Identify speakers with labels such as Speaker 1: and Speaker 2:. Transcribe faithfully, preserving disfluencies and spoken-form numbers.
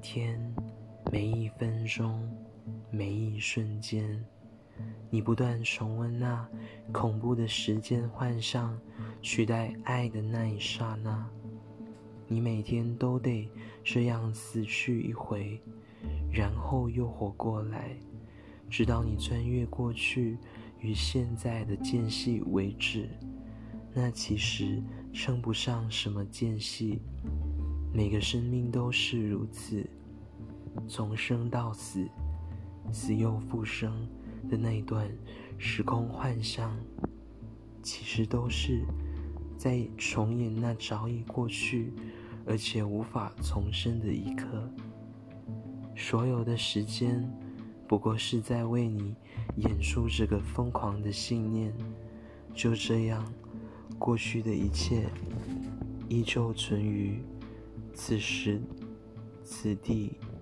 Speaker 1: 天，每一分钟，每一瞬间，你不断重温那恐怖的时间幻象，取代爱的那一刹那。你每天都得这样死去一回，然后又活过来，直到你穿越过去与现在的间隙为止。那其实称不上什么间隙，每个生命都是如此，从生到死，死又复生的那一段时空幻象，其实都是在重演那早已过去而且无法重生的一刻。所有的时间不过是在为你演出这个疯狂的信念。就这样，过去的一切依旧存于此时此地